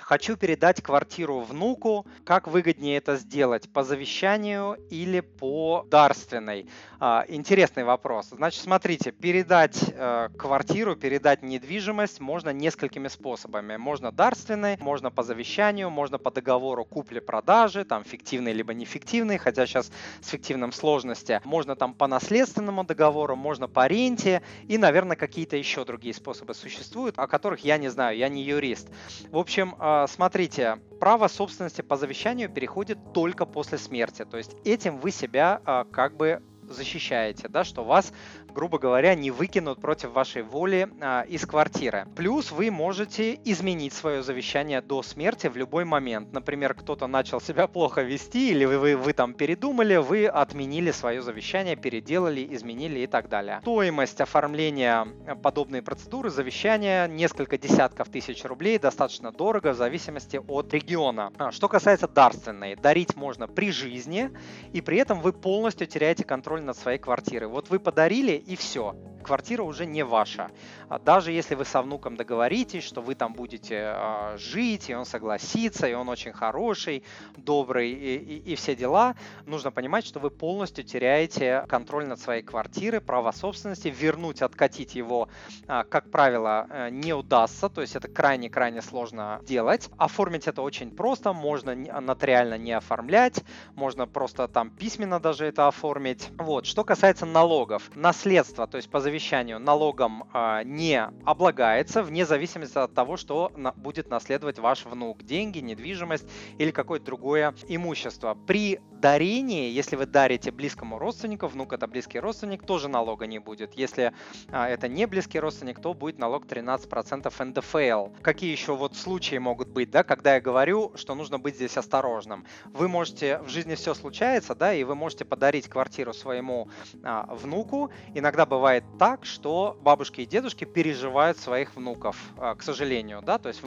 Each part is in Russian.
Хочу передать квартиру внуку. Как выгоднее это сделать? По завещанию или по дарственной? Интересный вопрос. Значит, смотрите, передать квартиру, передать недвижимость можно несколькими способами. Можно дарственной, можно по завещанию, можно по договору купли-продажи, там фиктивный либо нефиктивный, хотя сейчас с фиктивным сложности. Можно там по наследственному договору, можно по ренте и, наверное, какие-то еще другие способы существуют, о которых я не знаю, я не юрист. В общем, смотрите, право собственности по завещанию переходит только после смерти. То есть этим вы себя как бы защищаете, да, что вас, грубо говоря, не выкинут против вашей воли из квартиры. Плюс вы можете изменить свое завещание до смерти в любой момент. Например, кто-то начал себя плохо вести, или вы там передумали, вы отменили свое завещание, переделали, изменили и так далее. Стоимость оформления подобной процедуры завещания несколько десятков тысяч рублей, достаточно дорого в зависимости от региона. Что касается дарственной, дарить можно при жизни, и при этом вы полностью теряете контроль над своей квартирой. Вот вы подарили, и все. Квартира уже не ваша. Даже если вы со внуком договоритесь, что вы там будете жить, и он согласится, и он очень хороший, добрый и все дела, нужно понимать, что вы полностью теряете контроль над своей квартирой, право собственности. Вернуть, откатить его, как правило, не удастся, то есть это крайне-крайне сложно делать. Оформить это очень просто, можно нотариально не оформлять, можно просто там письменно даже это оформить. Вот. Что касается налогов, наследство, то есть по завещанию, налогом не облагается вне зависимости от того, что будет наследовать ваш внук. Деньги, недвижимость или какое-то другое имущество. При дарении, если вы дарите близкому родственнику, внук это близкий родственник, тоже налога не будет. Если это не близкий родственник, то будет налог 13% НДФЛ. Какие еще вот случаи могут быть, да, когда я говорю, что нужно быть здесь осторожным? Вы можете, в жизни все случается, да, и вы можете подарить квартиру своему внуку. Иногда бывает так, что бабушки и дедушки переживают своих внуков, к сожалению, да, то есть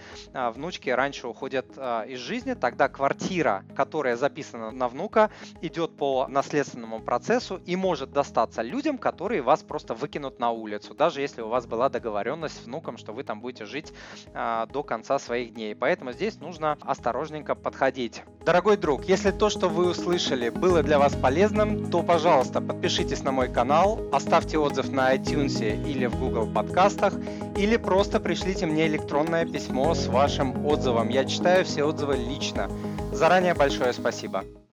внучки раньше уходят из жизни, тогда квартира, которая записана на внука, идет по наследственному процессу и может достаться людям, которые вас просто выкинут на улицу, даже если у вас была договоренность с внуком, что вы там будете жить до конца своих дней. Поэтому здесь нужно осторожненько подходить. Дорогой друг, если то, что вы услышали, было для вас полезным, то, пожалуйста, подпишитесь на мой канал, оставьте отзыв на iTunes или в Google подкастах, или просто пришлите мне электронное письмо с вашим отзывом. Я читаю все отзывы лично. Заранее большое спасибо.